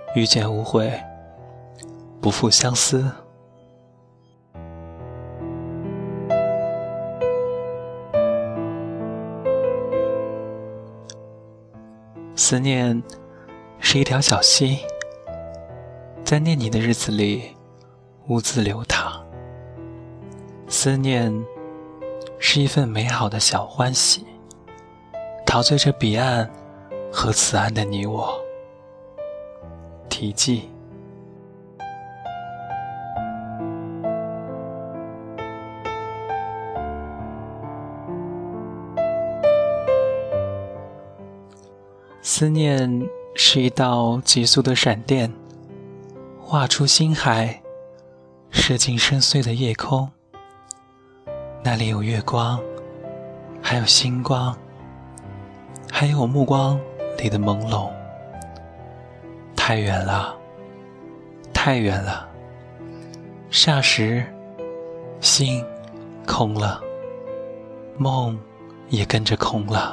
遇见无悔，不负相思。思念是一条小溪，在念你的日子里兀自流淌。思念是一份美好的小欢喜，陶醉着彼岸和此岸的你我。题记。思念是一道急速的闪电，画出星海，射进深邃的夜空。那里有月光，还有星光，还有我目光里的朦胧。太远了，太远了，霎时心空了，梦也跟着空了。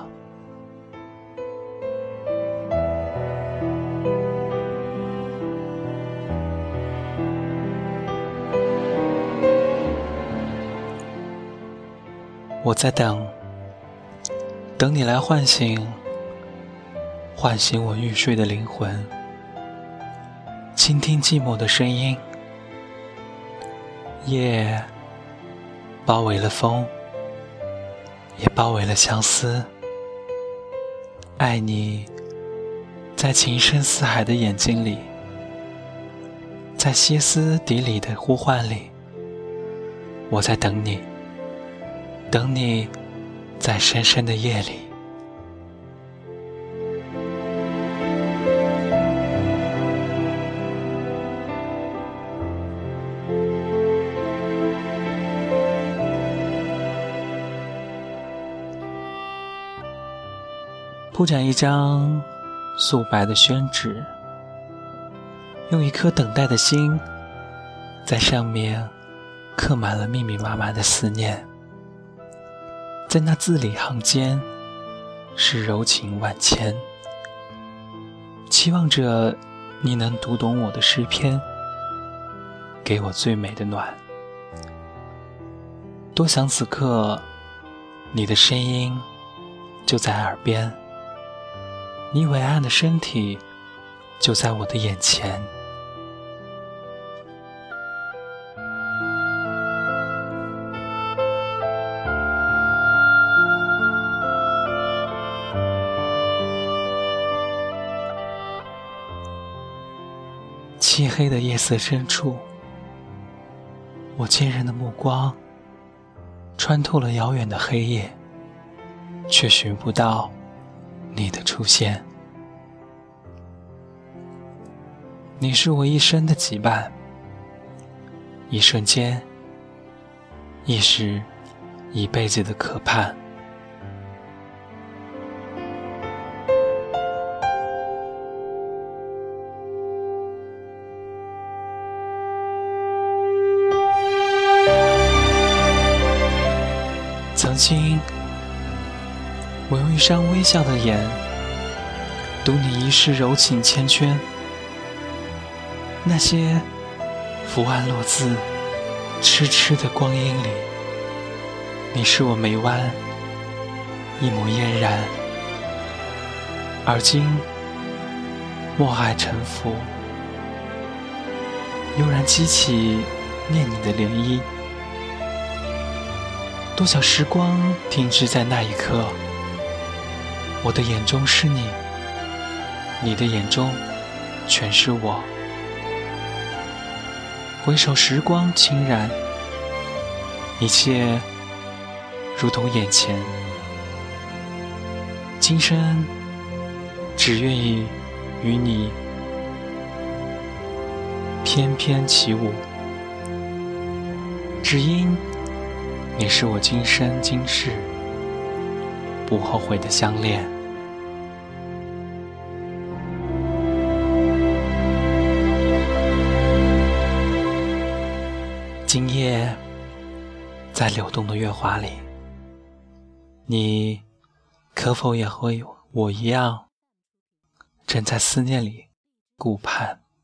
我在等你来唤醒我欲睡的灵魂，倾听寂寞的声音。夜包围了风，也包围了相思。爱你在情深似海的眼睛里，在歇斯底里的呼唤里。我在等你，等你在深深的夜里。铺展一张素白的宣纸，用一颗等待的心，在上面刻满了密密麻麻的思念。在那字里行间是柔情万千，期望着你能读懂我的诗篇，给我最美的暖。多想此刻你的声音就在耳边，你伟岸的身体就在我的眼前。漆黑的夜色深处，我坚韧的目光穿透了遥远的黑夜，却寻不到你的出现。你是我一生的羁绊，一瞬间亦是一辈子的渴盼。曾经我用一双微笑的眼读你一世柔情千圈，那些伏案落字痴痴的光阴里，你是我眉弯一抹嫣然。而今墨海沉浮，悠然激起念你的涟漪。多想时光停止在那一刻，我的眼中是你，你的眼中全是我。回首时光轻然，一切如同眼前。今生只愿意与你翩翩起舞，只因你是我今生今世不后悔的相恋。今夜在流动的月华里，你可否也和我一样，正在思念里顾盼？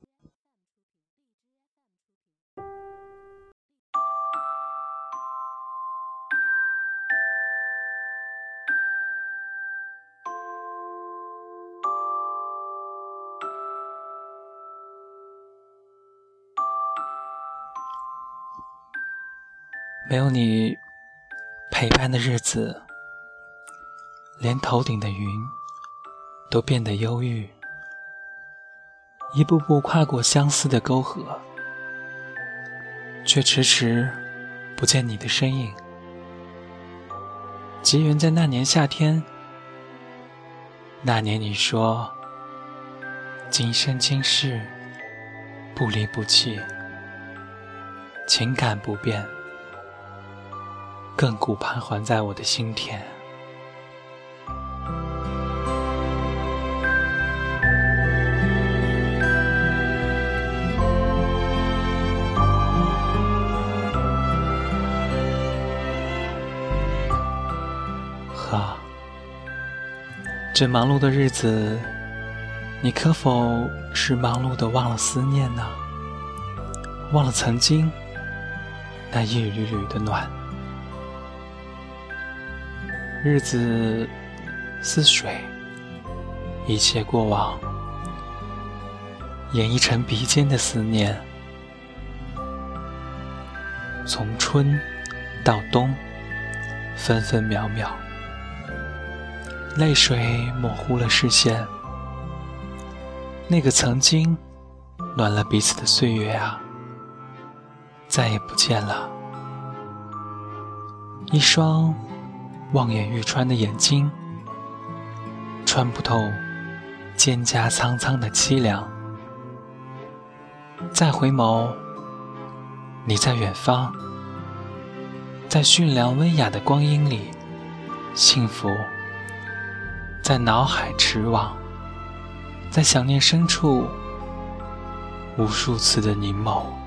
没有你陪伴的日子，连头顶的云都变得忧郁，一步步跨过相思的沟壑，却迟迟不见你的身影。结缘在那年夏天，那年你说今生今世不离不弃，情感不变，亘古盘桓在我的心田。呵，这忙碌的日子，你可否是忙碌的忘了思念呢？忘了曾经那一缕缕的暖。日子似水，一切过往演绎成鼻尖的思念。从春到冬，分分秒秒，泪水模糊了视线。那个曾经暖了彼此的岁月啊，再也不见了。一双望眼欲穿的眼睛，穿不透蒹葭苍苍的凄凉。再回眸，你在远方，在驯良温雅的光阴里，幸福在脑海驰往，在想念深处无数次的凝眸。